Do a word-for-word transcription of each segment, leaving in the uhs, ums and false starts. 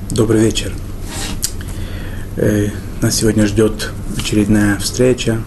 Добрый вечер. Э, нас сегодня ждет очередная встреча,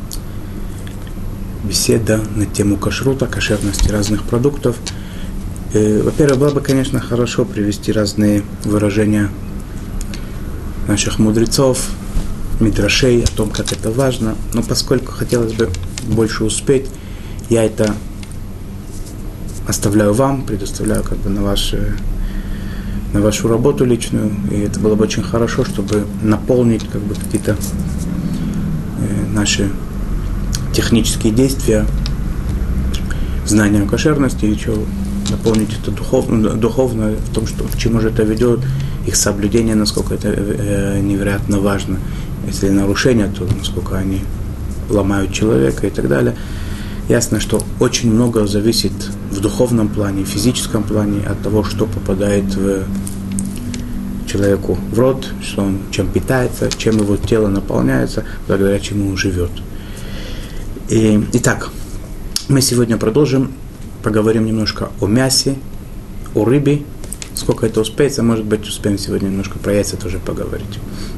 беседа на тему кашрута, кошерности разных продуктов. Э, во-первых, было бы, конечно, хорошо привести разные выражения наших мудрецов, мидрашей, о том, как это важно. Но поскольку хотелось бы больше успеть, я это оставляю вам, предоставляю как бы на ваши... на вашу работу личную, и это было бы очень хорошо, чтобы наполнить как бы какие-то э, наши технические действия, знания о кошерности, и еще наполнить это духовно, духовно в том, что, к чему же это ведет, их соблюдение, насколько это э, невероятно важно. Если нарушения, то насколько они ломают человека и так далее. Ясно, что очень много зависит в духовном плане, в физическом плане от того, что попадает в человеку в рот, что он чем питается, чем его тело наполняется, благодаря чему он живет. И, итак, мы сегодня продолжим, поговорим немножко о мясе, о рыбе. Сколько это успеется, может быть, успеем сегодня немножко про яйца тоже поговорить.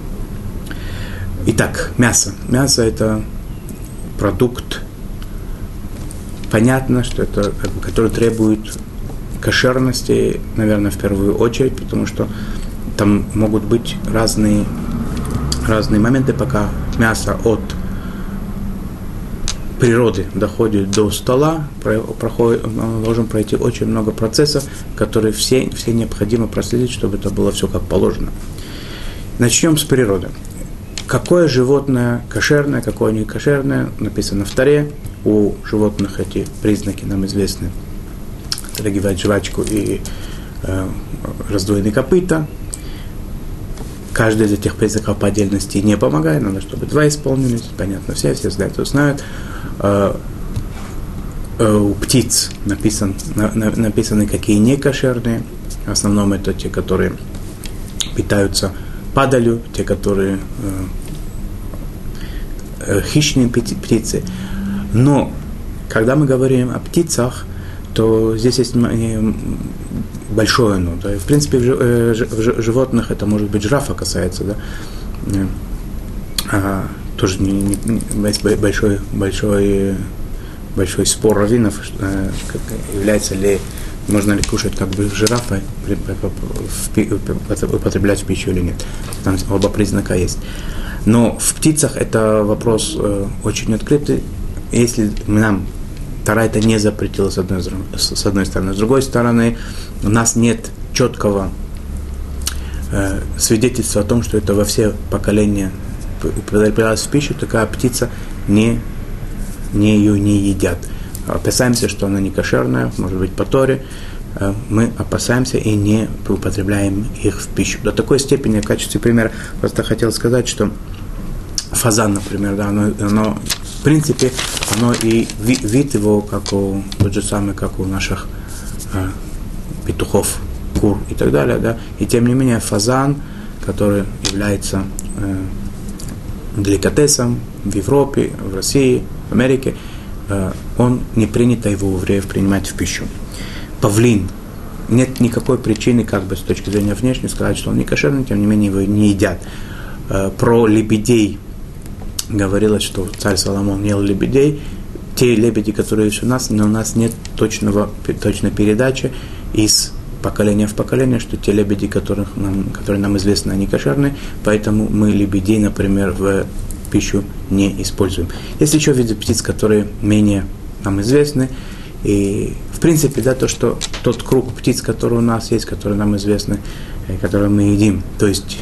Итак, мясо. Мясо – это продукт, понятно, что это, который требует кошерности, наверное, в первую очередь, потому что там могут быть разные, разные моменты, пока мясо от природы доходит до стола, проходит, должен пройти очень много процессов, которые все, все необходимо проследить, чтобы это было все как положено. Начнем с природы. Какое животное кошерное, какое не кошерное, написано в Торе. У животных эти признаки нам известны. Отрагивать жвачку и э, раздвоенные копыта. Каждый из этих признаков по отдельности не помогает. Надо, чтобы два исполнились. Понятно, все, все знают, кто знают. Э, э, у птиц написан, на, на, написаны, какие не кошерные. В основном это те, которые питаются падалью, те, которые э, э, хищные птицы. Но, когда мы говорим о птицах, то здесь есть большое «но». Да? В принципе, в, в животных это, может быть, жирафа касается, да? А, тоже не, не, есть большой, большой, большой спор раввинов, является ли, можно ли кушать как бы жирафа, употреблять в пищу или нет. Там оба признака есть. Но в птицах это вопрос очень открытый. Если нам Тора это не запретила с одной, с одной стороны, с другой стороны, у нас нет четкого э, свидетельства о том, что это во все поколения употреблялось в пищу, такая птица не, не ее не едят. Опасаемся, что она не кошерная, может быть, по Торе, э, мы опасаемся и не употребляем их в пищу. До такой степени, в качестве примера, просто хотел сказать, что фазан, например, да, оно, оно в принципе, оно и ви, вид его, как у, тот же самый, как у наших э, петухов, кур и так далее, да, и тем не менее фазан, который является э, деликатесом в Европе, в России, в Америке, э, он не принято его у евреев принимать в пищу. Павлин, нет никакой причины, как бы с точки зрения внешней, сказать, что он не кошерный, тем не менее его не едят. Э, про лебедей говорилось, что царь Соломон ел лебедей. Те лебеди, которые есть у нас, но у нас нет точного, точной передачи из поколения в поколение, что те лебеди, которых нам, которые нам известны, они кошерные, поэтому мы лебедей, например, в пищу не используем. Есть еще виды птиц, которые менее нам известны. И, в принципе, да, то, что тот круг птиц, который у нас есть, которые нам известны, которые мы едим, то есть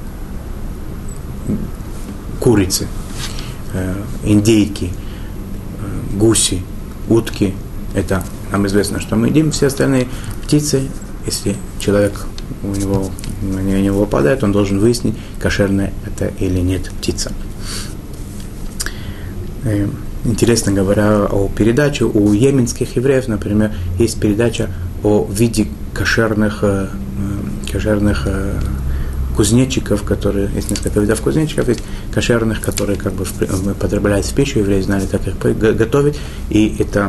курицы, индейки, гуси, утки, это нам известно, что мы едим. Все остальные птицы, если человек у него, у него выпадает, он должен выяснить, кошерная это или нет птица. Интересно говоря о передаче, у йеменских евреев, например, есть передача о виде кошерных, кошерных кузнечиков, которые, есть несколько видов кузнечиков, есть кошерных, которые как бы потребляются в пищу, евреи знали, как их готовить, и это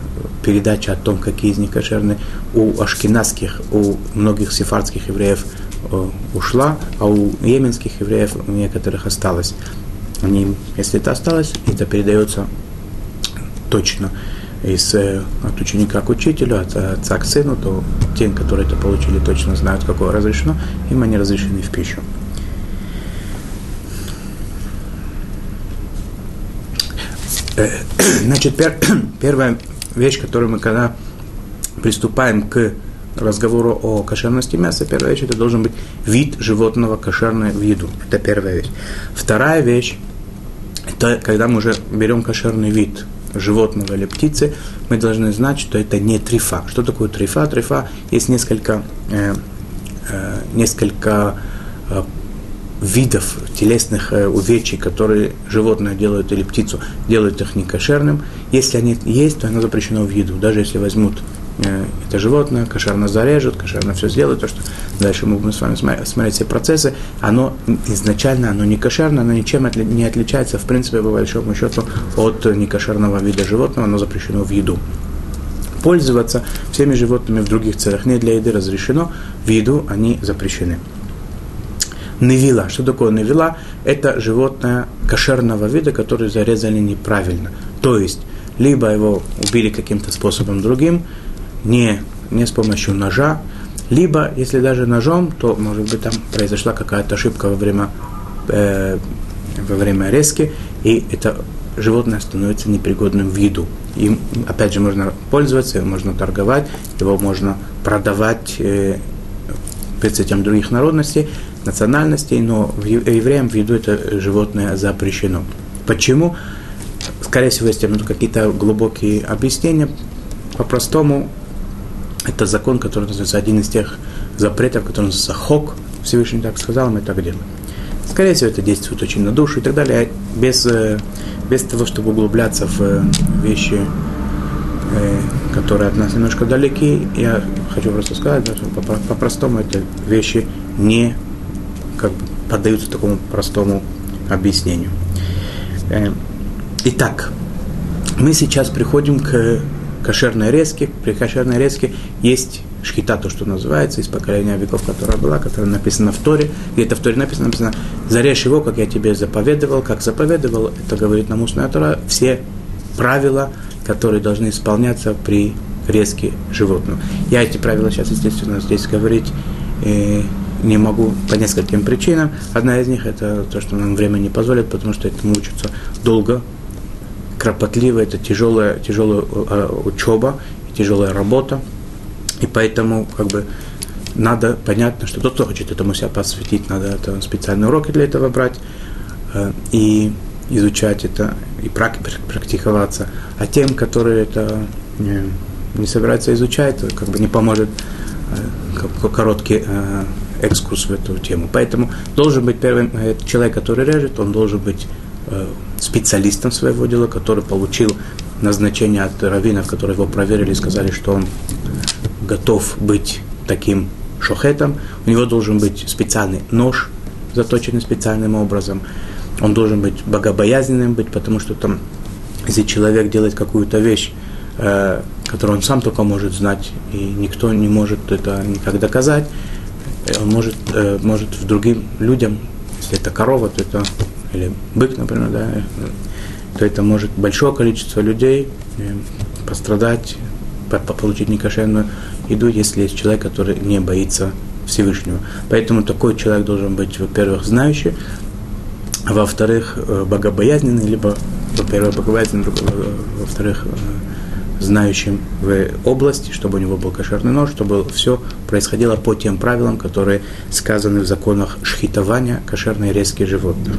передача о том, какие из них кошерные. У ашкеназских, у многих сефардских евреев ушла, а у йеменских евреев у некоторых осталось. Они, если это осталось, это передается точно из, от ученика к учителю, от отца к сыну, то те, которые это получили, точно знают, какое разрешено, им они разрешены в пищу. Значит, пер, первая вещь, которую мы, когда приступаем к разговору о кошерности мяса, первая вещь, это должен быть вид животного кошерный в еду. Это первая вещь. Вторая вещь, это когда мы уже берем кошерный вид животного или птицы, мы должны знать, что это не трифа. Что такое трифа? Трифа есть несколько, э, э, несколько э, видов телесных э, увечий, которые животное делают или птицу делают их некошерным. Если они есть, то оно запрещено в еду. Даже если возьмут э, это животное, кошерно зарежут, кошерно все сделают, то что дальше мы будем с вами смотреть все процессы, оно изначально оно не кошерно, оно ничем отли, не отличается, в принципе, по большому счету, от некошерного вида животного, оно запрещено в еду. Пользоваться всеми животными в других целях не для еды разрешено, в еду они запрещены. Невила. Что такое невила? Это животное кошерного вида, которое зарезали неправильно. То есть, либо его убили каким-то способом другим, не, не с помощью ножа, либо, если даже ножом, то, может быть, там произошла какая-то ошибка во время, э, во время резки, и это животное становится непригодным в еду. Им, опять же, можно пользоваться, его можно торговать, его можно продавать э, представителям других народностей, национальностей, но евреям в еду это животное запрещено. Почему? Скорее всего, есть какие-то глубокие объяснения. По-простому, это закон, который называется один из тех запретов, который называется хок. Всевышний так сказал, мы так делаем. Скорее всего, это действует очень на душу и так далее. Без, без того, чтобы углубляться в вещи, которые от нас немножко далеки, я хочу просто сказать, что по-простому это вещи не как бы поддаются такому простому объяснению. Итак, мы сейчас приходим к кошерной резке. При кошерной резке есть шхита, то, что называется, из поколения веков, которая была, которая написана в Торе. И это в Торе написано, написано, зарежь его, как я тебе заповедовал, как заповедовал, это говорит нам устная Тора, все правила, которые должны исполняться при резке животного. Я эти правила сейчас, естественно, здесь говорить э, не могу по нескольким причинам. Одна из них это то, что нам время не позволит, потому что этому учатся долго, кропотливо, это тяжелая, тяжелая э, учеба, тяжелая работа. И поэтому как бы надо, понятно, что тот, кто хочет этому себя посвятить, надо это, специальные уроки для этого брать э, и изучать это, и практиковаться. А тем, которые это не, не собираются изучать, то как бы не поможет э, короткий э, экскурс в эту тему. Поэтому должен быть первый э, человек, который режет, он должен быть э, специалистом своего дела, который получил назначение от раввинов, которые его проверили и сказали, что он готов быть таким шохетом. У него должен быть специальный нож, заточенный специальным образом. Он должен быть богобоязненным быть, потому что там, если человек делает какую-то вещь, э, которую он сам только может знать, и никто не может это никак доказать, он может, э, может в другим людям, если это корова, то это, или бык, например, да, то это может большое количество людей э, пострадать, по- получить некошерную еду, если есть человек, который не боится Всевышнего. Поэтому такой человек должен быть, во-первых, знающий, а во-вторых, богобоязненный, либо, во-первых, богобоязненный, во-вторых, знающим в области, чтобы у него был кошерный нож, чтобы все происходило по тем правилам, которые сказаны в законах шхитования кошерной резки животных.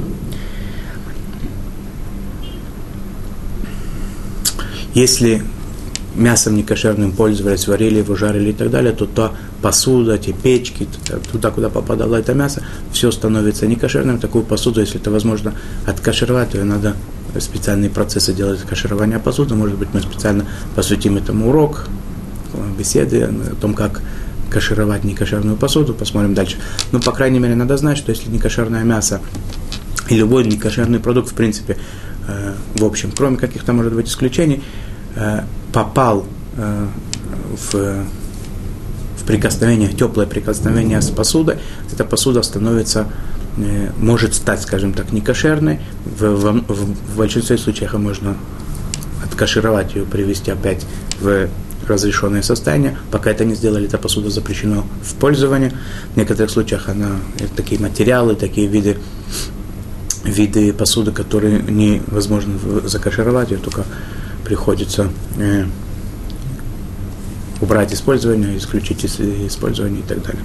Если мясом некошерным пользовались, варили его, жарили и так далее, то та посуда, те печки, туда, куда попадало это мясо, все становится некошерным. Такую посуду, если это возможно откашировать, то надо специальные процессы делать каширования посуды. Может быть, мы специально посвятим этому урок, беседы о том, как кашировать некошерную посуду, посмотрим дальше. Но, по крайней мере, надо знать, что если некошерное мясо и любой некошерный продукт, в принципе, э, в общем, кроме каких-то, может быть, исключений, попал э, в, в прикосновение, теплое прикосновение с посудой, эта посуда становится, э, может стать, скажем так, некошерной. В, в, в большинстве случаев можно откашировать ее, привести опять в разрешенное состояние. Пока это не сделали, эта посуда запрещена в пользовании. В некоторых случаях она, такие материалы, такие виды, виды посуды, которые невозможно закашировать, ее только приходится э, убрать использование, исключить из использования и так далее.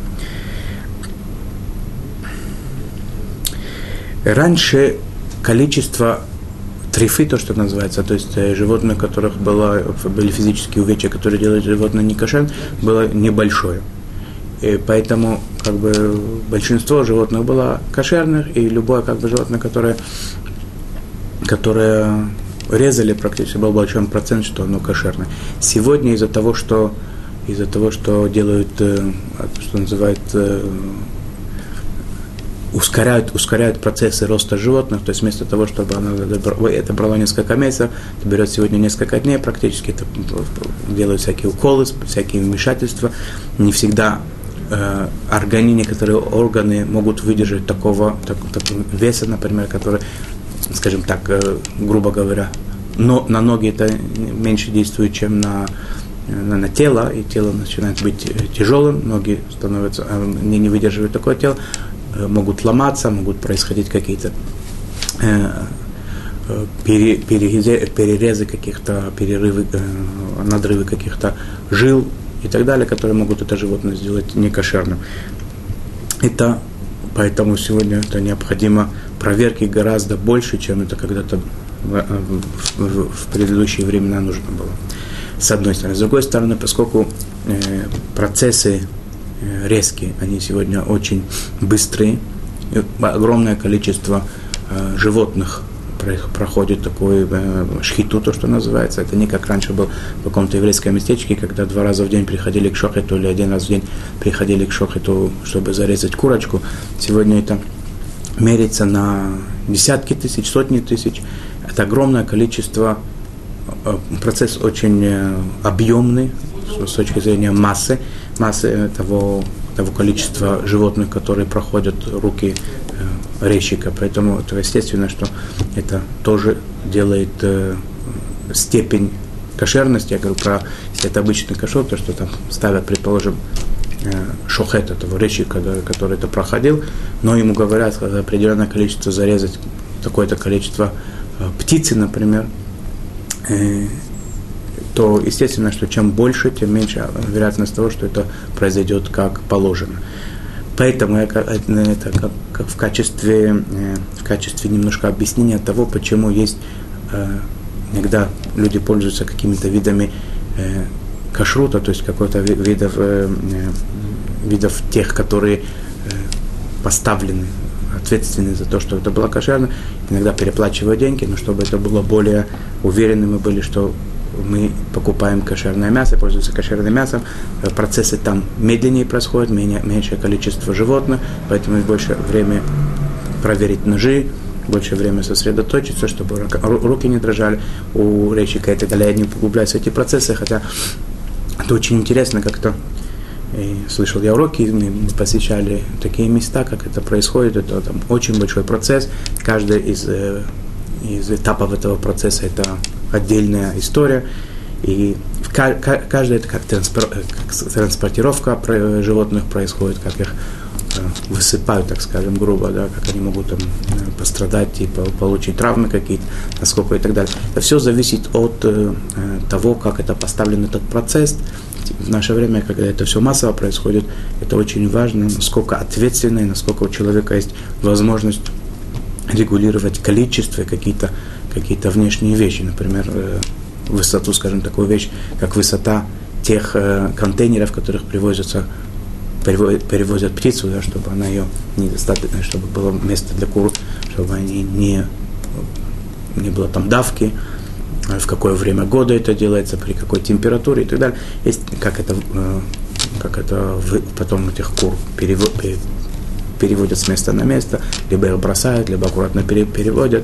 Раньше количество трифы, то, что называется, то есть животных, у которых было, были физические увечья, которые делают животное некошерным, было небольшое. И поэтому как бы, большинство животных было кошерных, и любое как бы, животное, которое, которое резали, практически был большой процент, что оно кошерное. Сегодня из-за того, что, из-за того, что делают, что называют, ускоряют, ускоряют процессы роста животных, то есть вместо того, чтобы оно, это брало несколько месяцев, это берет сегодня несколько дней практически, это делают всякие уколы, всякие вмешательства, не всегда э, органы, некоторые органы могут выдержать такого, так, такого веса, например, который, скажем так, э, грубо говоря, но на ноги это меньше действует, чем на, на, на тело, и тело начинает быть тяжелым, ноги становятся, э, не, не выдерживают такое тело, могут ломаться, могут происходить какие-то э, пере, перерезы, перерезы каких-то, перерывы, э, надрывы каких-то жил и так далее, которые могут это животное сделать некошерным. Это, поэтому сегодня это необходимо проверки гораздо больше, чем это когда-то в, в, в предыдущие времена нужно было. С одной стороны. С другой стороны, поскольку э, процессы резкие, они сегодня очень быстрые, огромное количество э, животных проходит такой э, шхиту, то, что называется. Это не как раньше был в каком-то еврейском местечке, когда два раза в день приходили к шохету, или один раз в день приходили к шохету, чтобы зарезать курочку. Сегодня это меряется на десятки тысяч, сотни тысяч. Это огромное количество, э, процесс очень э, объемный с точки зрения массы, массы того, того количества животных, которые проходят руки э, резчика. Поэтому это естественно, что это тоже делает э, степень кошерности. Я говорю про, если это обычный кашер, то что там ставят, предположим, э, шохет этого резчика, который, который это проходил, но ему говорят, определенное количество зарезать, такое-то количество э, птицы, например, э, то естественно, что чем больше, тем меньше вероятность того, что это произойдет как положено. Поэтому это как, как в, качестве, в качестве немножко объяснения того, почему есть иногда люди пользуются какими-то видами кашрута, то есть какой-то видов, видов тех, которые поставлены, ответственны за то, что это было кошерно, иногда переплачивают деньги, но чтобы это было более уверены мы были, что мы покупаем кошерное мясо, пользуемся кошерным мясом, процессы там медленнее происходят, меньшее количество животных, поэтому есть больше времени проверить ножи, больше времени сосредоточиться, чтобы руки не дрожали у резчика и так далее. Я не углубляюсь в эти процессы, хотя это очень интересно, как-то и слышал я уроки, мы посещали такие места, как это происходит, это там очень большой процесс, каждый из, из этапов этого процесса это отдельная история, и каждая это как, транспор, как транспортировка животных происходит, как их высыпают, так скажем, грубо, да, как они могут там пострадать и получить травмы какие-то, насколько и так далее. Это все зависит от э, того, как это поставлен этот процесс. В наше время, когда это все массово происходит, это очень важно, насколько ответственно и насколько у человека есть возможность регулировать количество, какие-то какие-то внешние вещи, например, э, высоту, скажем, такую вещь, как высота тех э, контейнеров, в которых привозятся, перевозят, перевозят птицу, да, чтобы она ее недостаточно, чтобы было место для кур, чтобы они не, не было там давки, в какое время года это делается, при какой температуре и так далее. Есть, как это, э, как это в, потом этих кур перевод, переводят с места на место, либо их бросают, либо аккуратно пере, переводят.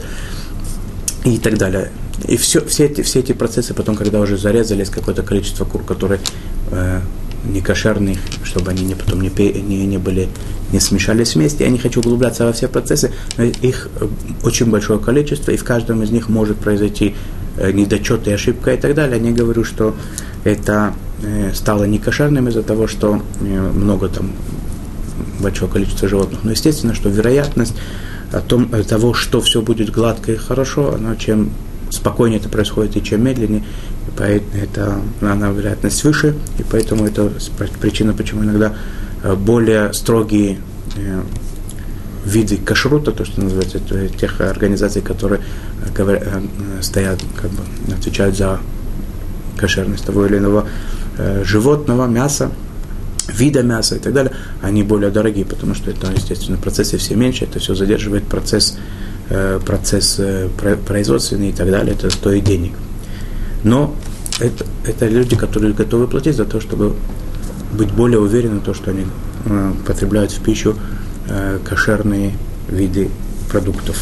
И так далее. И все, все, эти, все эти процессы потом, когда уже зарезались какое-то количество кур, которые э, некошерные, чтобы они не, потом не, не, не были, не смешались вместе. Я не хочу углубляться во все процессы, но их очень большое количество, и в каждом из них может произойти недочет и ошибка и так далее. Я не говорю, что это стало некошерным из-за того, что много там большое количество животных. Но естественно, что вероятность о том, того, что все будет гладко и хорошо, оно чем спокойнее это происходит и чем медленнее, это, она вероятность выше, и поэтому это причина, почему иногда более строгие виды кашрута, то, что называется, тех организаций, которые стоят, как бы, отвечают за кошерность того или иного животного, мяса, вида мяса и так далее, они более дорогие, потому что это, естественно, процессы все меньше, это все задерживает процесс, процесс производственный и так далее, это стоит денег. Но это, это люди, которые готовы платить за то, чтобы быть более уверены в том, что они потребляют в пищу кошерные виды продуктов.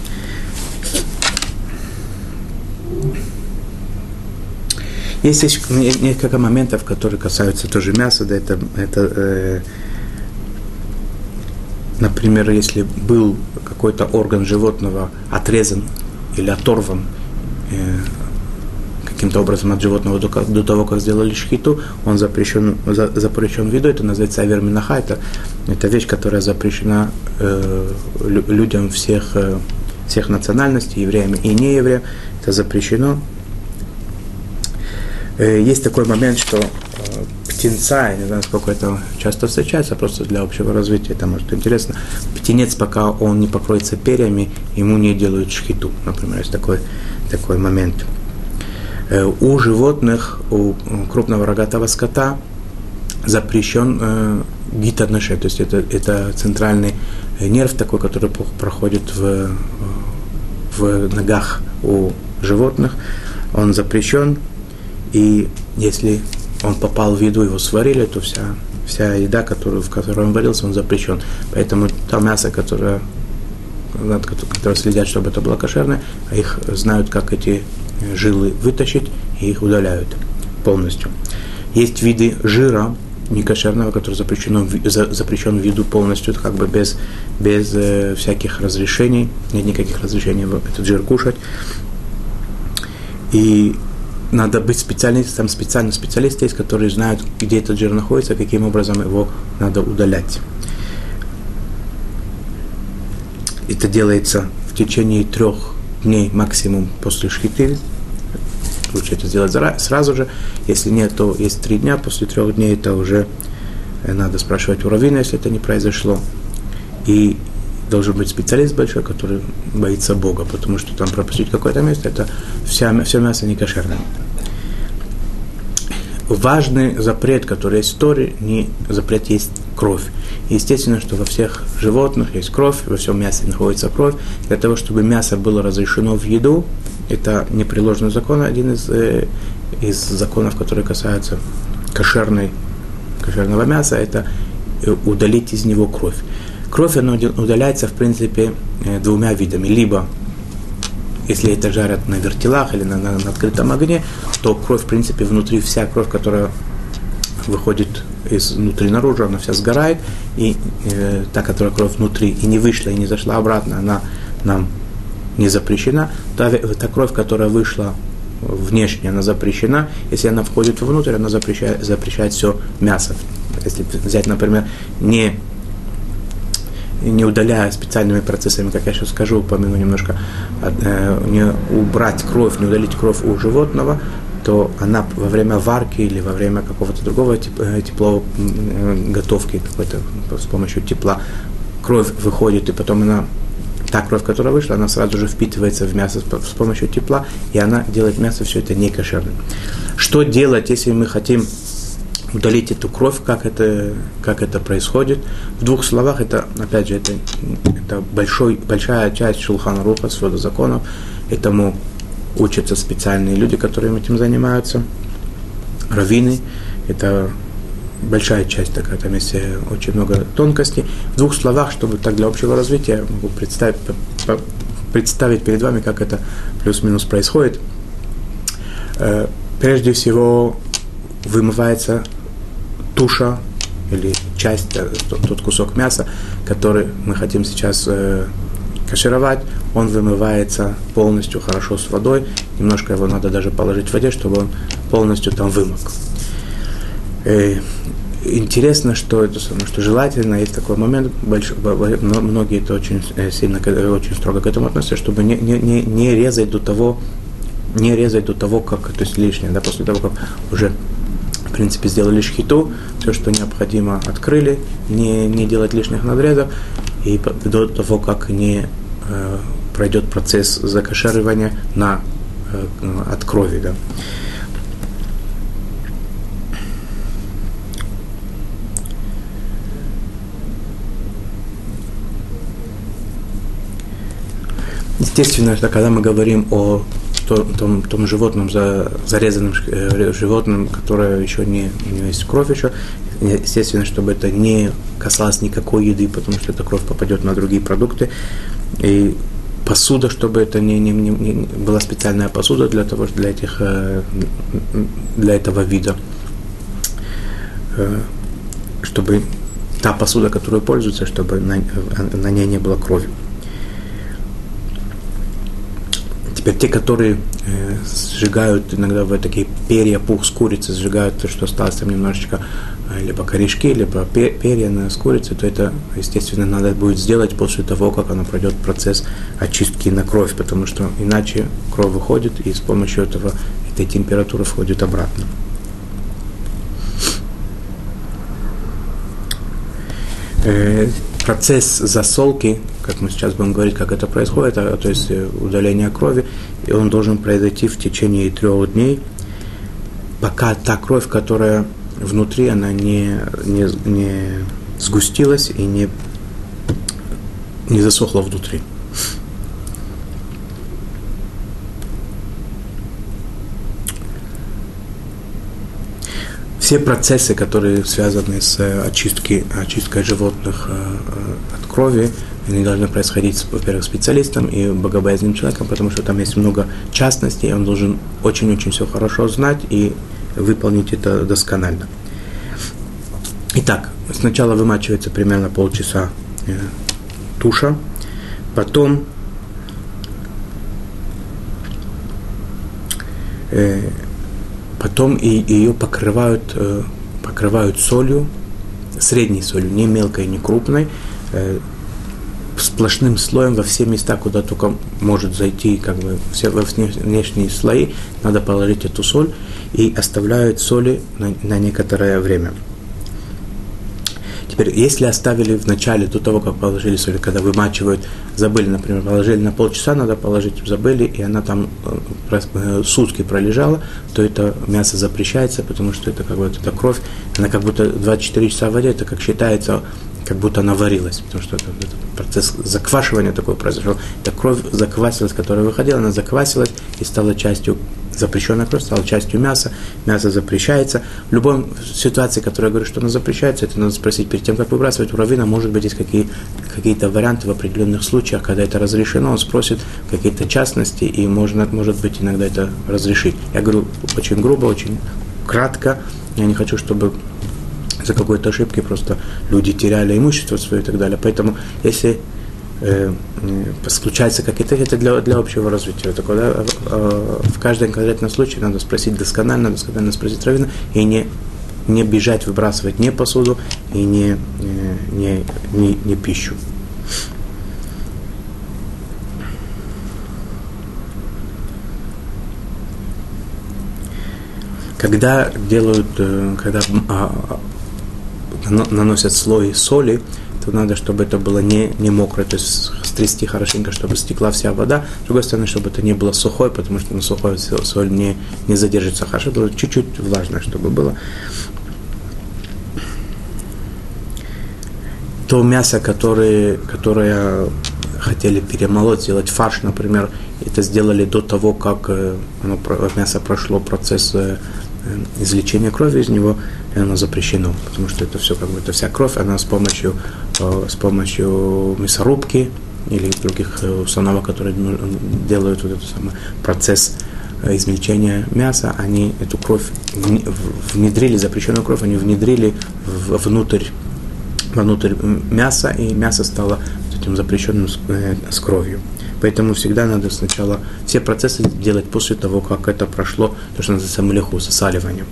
Есть несколько моментов, которые касаются тоже мяса. Да, это, это э, например, если был какой-то орган животного отрезан или оторван э, каким-то образом от животного до, до того, как сделали шхиту, он запрещен, за, запрещен виду, это называется авер минаха, это, это вещь, которая запрещена э, людям всех, э, всех национальностей, евреям и неевреям, это запрещено. Есть такой момент, что птенца, я не знаю, сколько это часто встречается, просто для общего развития, это может интересно. Птенец, пока он не покроется перьями, ему не делают шхиту, например, есть такой, такой момент. У животных, у крупного рогатого скота запрещен э, гит-одношей, то есть это, это центральный нерв такой, который проходит в, в ногах у животных, он запрещен. И если он попал в еду, его сварили, то вся, вся еда, которую, в которой он варился, он запрещен. Поэтому то мясо, которое, над которым следят, чтобы это было кошерное, их знают, как эти жилы вытащить, и их удаляют полностью. Есть виды жира некошерного, который запрещен, запрещен в еду полностью, как бы без, без э, всяких разрешений, нет никаких разрешений этот жир кушать. И надо быть специалистом, там специально специалисты есть, которые знают, где этот жир находится, каким образом его надо удалять. Это делается в течение трех дней максимум после шхиты. Лучше это сделать сразу же. Если нет, то есть три дня. После трех дней это уже надо спрашивать у раввина, если это не произошло. И должен быть специалист большой, который боится Бога, потому что там пропустить какое-то место, это вся, все мясо не кошерное. Важный запрет, который есть в Торе, не запрет есть кровь. Естественно, что во всех животных есть кровь, во всем мясе находится кровь. Для того, чтобы мясо было разрешено в еду, это непреложный закон, один из, э, из законов, которые касаются кошерной, кошерного мяса, это удалить из него кровь. Кровь, она удаляется, в принципе, двумя видами. Либо, если это жарят на вертелах или на, на, на открытом огне, то кровь, в принципе, внутри, вся кровь, которая выходит изнутри наружу, она вся сгорает, и э, та, которая кровь внутри и не вышла, и не зашла обратно, она нам не запрещена. Та, та кровь, которая вышла внешне, она запрещена. Если она входит вовнутрь, она запрещает, запрещает все мясо. Если взять, например, не не удаляя специальными процессами, как я сейчас скажу, упомяну немножко, не убрать кровь, не удалить кровь у животного, то она во время варки или во время какого-то другого тепловой готовки, какой-то, с помощью тепла, кровь выходит, и потом она, та кровь, которая вышла, она сразу же впитывается в мясо с помощью тепла, и она делает мясо все это некошерным. Что делать, если мы хотим удалить эту кровь, как это, как это происходит? В двух словах, это, опять же, это, это большой, большая часть Шулхан Аруха, свода законов, этому учатся специальные люди, которые этим занимаются, раввины, это большая часть такая, там есть очень много тонкостей. В двух словах, чтобы так для общего развития, я могу представить, представить перед вами, как это плюс-минус происходит. Прежде всего, вымывается туша или часть, тот, тот кусок мяса, который мы хотим сейчас э, кашировать, он вымывается полностью хорошо с водой, немножко его надо даже положить в воде, чтобы он полностью там вымок. Э, Интересно, что это что желательно, есть такой момент, больш, многие это очень сильно, очень строго к этому относятся, чтобы не, не, не, не резать до того, не резать до того, как, то есть лишнее, да, после того, как уже, в принципе, сделали шхиту, все, что необходимо, открыли, не, не делать лишних надрезов, и до того, как не э, пройдет процесс закошаривания на, э, от крови, да. Естественно, что когда мы говорим о том, том, том животном, за, зарезанном э, животном, которое еще не, не есть кровь еще, естественно, чтобы это не касалось никакой еды, потому что эта кровь попадет на другие продукты. И посуда, чтобы это не, не, не, не была специальная посуда для того, для этих, для этого вида, чтобы та посуда, которую пользуются, чтобы на, на ней не было крови. Теперь те, которые э, сжигают иногда в такие перья, пух с курицы, сжигают то, что осталось там немножечко, э, либо корешки, либо перья с курицы, то это, естественно, надо будет сделать после того, как она пройдет процесс очистки на кровь, потому что иначе кровь выходит и с помощью этого, этой температуры входит обратно. Э, Процесс засолки, как мы сейчас будем говорить, как это происходит, а, то есть удаление крови, и он должен произойти в течение трех дней, пока та кровь, которая внутри, она не, не, не сгустилась и не, не засохла внутри. Все процессы, которые связаны с очисткой, очисткой животных от крови, они должны происходить, во-первых, специалистом и богобоязненным человеком, потому что там есть много частностей, и он должен очень-очень все хорошо знать и выполнить это досконально. Итак, сначала вымачивается примерно полчаса туша, потом Потом и ее покрывают, э, покрывают солью, средней солью, не мелкой, не крупной, э, сплошным слоем во все места, куда только может зайти, как бы все во внешние слои, надо положить эту соль и оставляют соли на, на некоторое время. Теперь, если оставили в начале, до того, как положили соль, когда вымачивают, забыли, например, положили на полчаса, надо положить, забыли, и она там э, сутки пролежала, то это мясо запрещается, потому что это как бы это кровь, она как будто двадцать четыре часа в воде, это как считается, как будто она варилась, потому что это, это процесс заквашивания такой произошел. Эта кровь заквасилась, которая выходила, она заквасилась и стала частью, запрещенная кровь стала частью мяса, мясо запрещается. В любой ситуации, которая говорит, что она запрещается, это надо спросить перед тем, как выбрасывать у раввина, может быть, есть какие, какие-то варианты в определенных случаях, когда это разрешено, он спросит какие-то частности, и можно, может быть, иногда это разрешить. Я говорю очень грубо, очень кратко, я не хочу, чтобы за какой-то ошибки просто люди теряли имущество свое и так далее. Поэтому, если э, случаются какие-то, это для, для общего развития. Такое, да, э, в каждом конкретном случае надо спросить досконально, досконально спросить раввина, и не, не бежать, выбрасывать не посуду и не, не, не, не пищу. Когда делают, когда наносят слой соли, то надо, чтобы это было не, не мокрое, то есть стрясти хорошенько, чтобы стекла вся вода. С другой стороны, чтобы это не было сухой, потому что на сухой соль не, не задержится хорошо, было чуть-чуть влажное, чтобы было. То мясо, которое, которое хотели перемолоть, сделать фарш, например, это сделали до того, как оно, мясо прошло процесс извлечения крови из него, и оно запрещено, потому что это все, как бы, это вся кровь, она с помощью, с помощью мясорубки или других установок, которые делают вот этот самый процесс измельчения мяса, они эту кровь внедрили, запрещенную кровь, они внедрили внутрь, внутрь мяса, и мясо стало этим запрещенным с, э, с кровью. Поэтому всегда надо сначала все процессы делать после того, как это прошло, то, что называется млеху, засаливанием.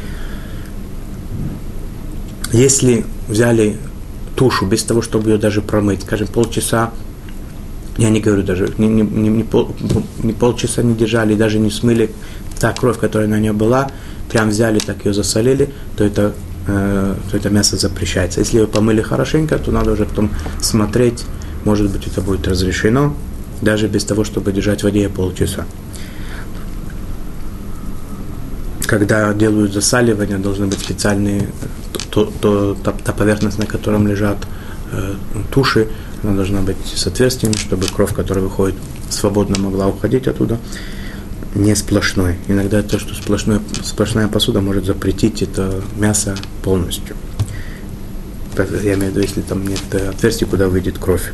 Если взяли тушу без того, чтобы ее даже промыть, скажем, полчаса, я не говорю даже, не, не, не, не, пол, не полчаса не держали, даже не смыли, та кровь, которая на ней была, прям взяли, так ее засолили, то это, э, то это мясо запрещается. Если ее помыли хорошенько, то надо уже потом смотреть, может быть, это будет разрешено, даже без того, чтобы держать в воде полчаса. Когда делают засаливание, должны быть специальные, то, то, та, та поверхность, на котором лежат э, туши, она должна быть с отверстиями, чтобы кровь, которая выходит, свободно могла уходить оттуда, не сплошной. Иногда то, что сплошной, сплошная посуда может запретить это мясо полностью. Я имею в виду, если там нет отверстий, куда выйдет кровь.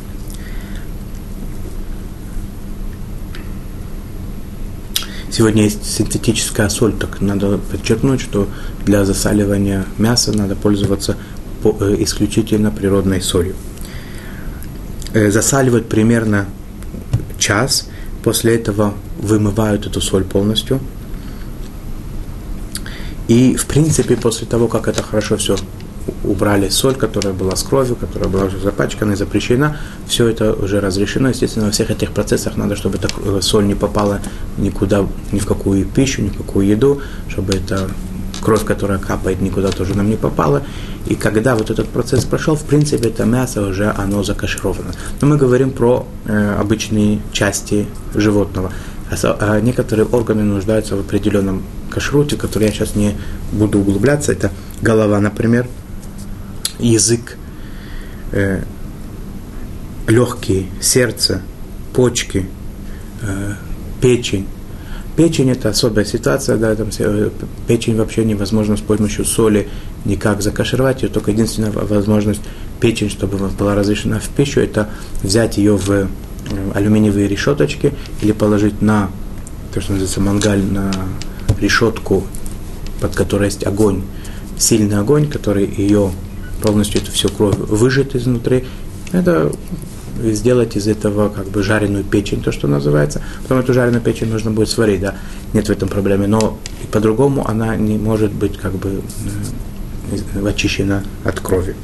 Сегодня есть синтетическая соль, так надо подчеркнуть, что для засаливания мяса надо пользоваться исключительно природной солью. Засаливают примерно час, после этого вымывают эту соль полностью. И, в принципе, после того, как это хорошо все убрали, соль, которая была с кровью, которая была уже запачкана и запрещена, все это уже разрешено. Естественно, во всех этих процессах надо, чтобы эта соль не попала никуда, ни в какую пищу, ни в какую еду, чтобы эта кровь, которая капает, никуда тоже нам не попала. И когда вот этот процесс прошел, в принципе, это мясо уже, оно закашировано. Но мы говорим про э, обычные части животного. А, а некоторые органы нуждаются в определенном кашруте, в который я сейчас не буду углубляться. Это голова, например, язык, э, легкие, сердце, почки, э, печень. Печень – это особая ситуация, да, там, печень вообще невозможно с помощью соли никак закашировать, ее только единственная возможность печень, чтобы была разрешена в пищу, это взять ее в алюминиевые решеточки или положить на, то, что называется мангаль, на решетку, под которой есть огонь, сильный огонь, который ее полностью эту всю кровь выжжет изнутри. Это сделать из этого как бы жареную печень, то, что называется. Потом эту жареную печень нужно будет сварить, да, нет в этом проблемы, но по-другому она не может быть как бы э, очищена от крови.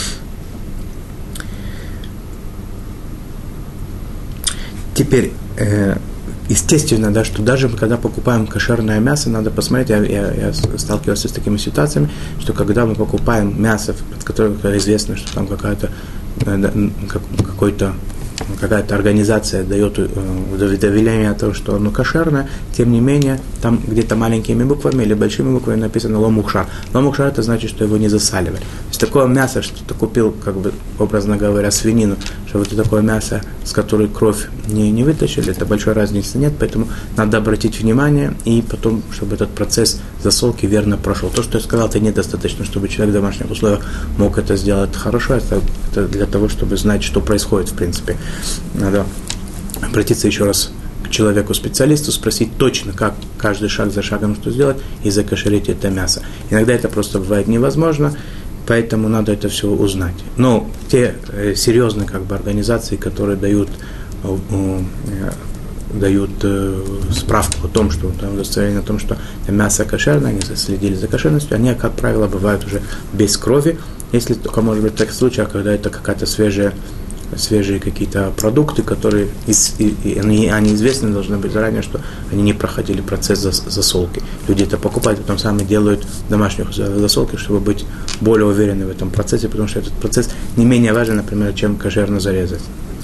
Теперь, э, естественно, да, что даже когда покупаем кошерное мясо, надо посмотреть, я, я, я сталкивался с такими ситуациями, что когда мы покупаем мясо, под которым известно, что там какая-то какой-то, какая-то организация дает удостоверение о том, что оно кошерное, тем не менее, там где-то маленькими буквами или большими буквами написано ломухшар. Ломухшар – это значит, что его не засаливали. То есть такое мясо, что ты купил, как бы, образно говоря, свинину, что вот такое мясо, с которой кровь не, не вытащили, это большой разницы нет, поэтому надо обратить внимание и потом, чтобы этот процесс засолки верно прошел. То, что я сказал, это недостаточно, чтобы человек в домашних условиях мог это сделать хорошо, это, это для того, чтобы знать, что происходит в принципе. Надо обратиться еще раз к человеку-специалисту, спросить точно, как каждый шаг за шагом что сделать, и закошерить это мясо. Иногда это просто бывает невозможно, поэтому надо это все узнать. Но те э, серьезные как бы, организации, которые дают, э, э, дают э, справку о том, что там, удостоверение о том, что мясо кошерное, они следили за кошерностью, они, как правило, бывают уже без крови, если только, может быть, в таких случаях, когда это какая-то свежая свежие какие-то продукты, которые из, и, и они, они известны должны быть заранее, что они не проходили процесс зас, засолки. Люди это покупают, потом сами делают домашнюю засолку, чтобы быть более уверены в этом процессе, потому что этот процесс не менее важен, например, чем кошерно зарезать.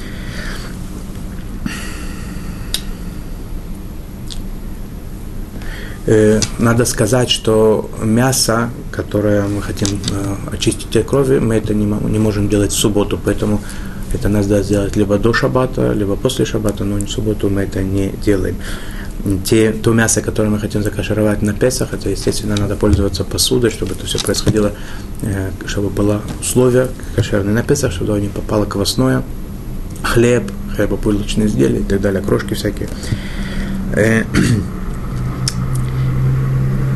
Надо сказать, что мясо, которое мы хотим очистить от крови, мы это не, не можем делать в субботу, поэтому это надо сделать либо до шаббата, либо после шаббата, но в субботу мы это не делаем. Те, то мясо, которое мы хотим закашировать на Песах, это, естественно, надо пользоваться посудой, чтобы это все происходило, чтобы было условие кошерное на Песах, чтобы туда не попало квасное, хлеб, хлебобулочные изделия и так далее, крошки всякие.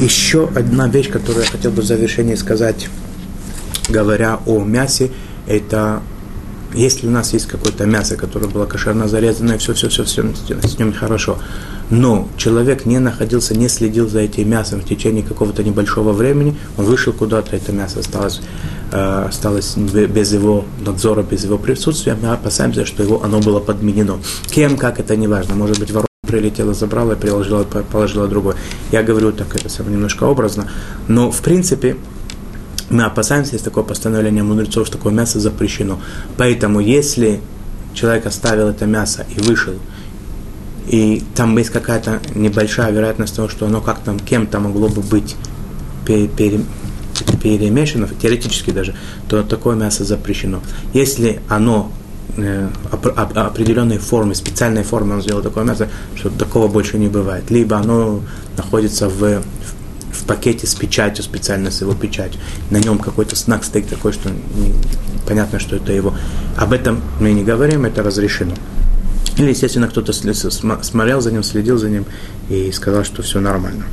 Еще одна вещь, которую я хотел бы в завершении сказать, говоря о мясе, это если у нас есть какое-то мясо, которое было кошерно зарезанное, все-все-все, с ним хорошо, но человек не находился, не следил за этим мясом в течение какого-то небольшого времени, он вышел куда-то, это мясо осталось, э, осталось без его надзора, без его присутствия, мы опасаемся, что его, оно было подменено. Кем, как, это не важно, может быть, ворона прилетела, забрала и приложила, положила другое. Я говорю так, это самое немножко образно, но в принципе мы опасаемся, есть такое постановление мудрецов, что такое мясо запрещено. Поэтому, если человек оставил это мясо и вышел, и там есть какая-то небольшая вероятность того, что оно как-то кем-то могло бы быть пере, пере, перемешано, теоретически даже, то такое мясо запрещено. Если оно э, оп- оп- определенной формы, специальной формы он сделал такое мясо, что такого больше не бывает. Либо оно находится в в пакете с печатью, специально с его печатью. На нем какой-то знак стоит такой, что понятно, что это его. Об этом мы не говорим, это разрешено. Или, естественно, кто-то смотрел за ним, следил за ним и сказал, что все нормально.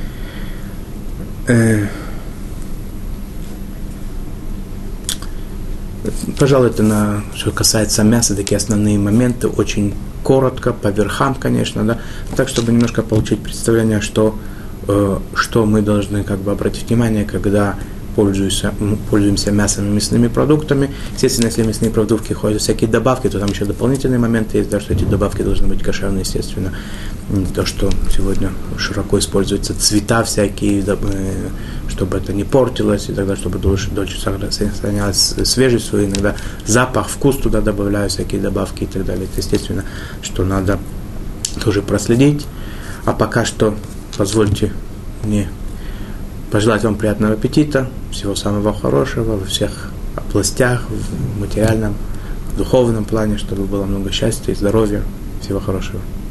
Пожалуй, это на, что касается мяса, такие основные моменты, очень коротко, по верхам, конечно, да, так, чтобы немножко получить представление, что что мы должны как бы обратить внимание, когда пользуемся, пользуемся мясом и мясными продуктами. Естественно, если мясные продукты ходят всякие добавки, то там еще дополнительные моменты есть, да, что эти добавки должны быть кошерные, естественно. То, что сегодня широко используются цвета всякие, чтобы это не портилось, и тогда, чтобы дольше, дольше сохранялась свежесть свою, иногда запах, вкус туда добавляют, всякие добавки и так далее. Это естественно, что надо тоже проследить. А пока что позвольте мне пожелать вам приятного аппетита, всего самого хорошего во всех областях, в материальном, в духовном плане, чтобы было много счастья и здоровья. Всего хорошего.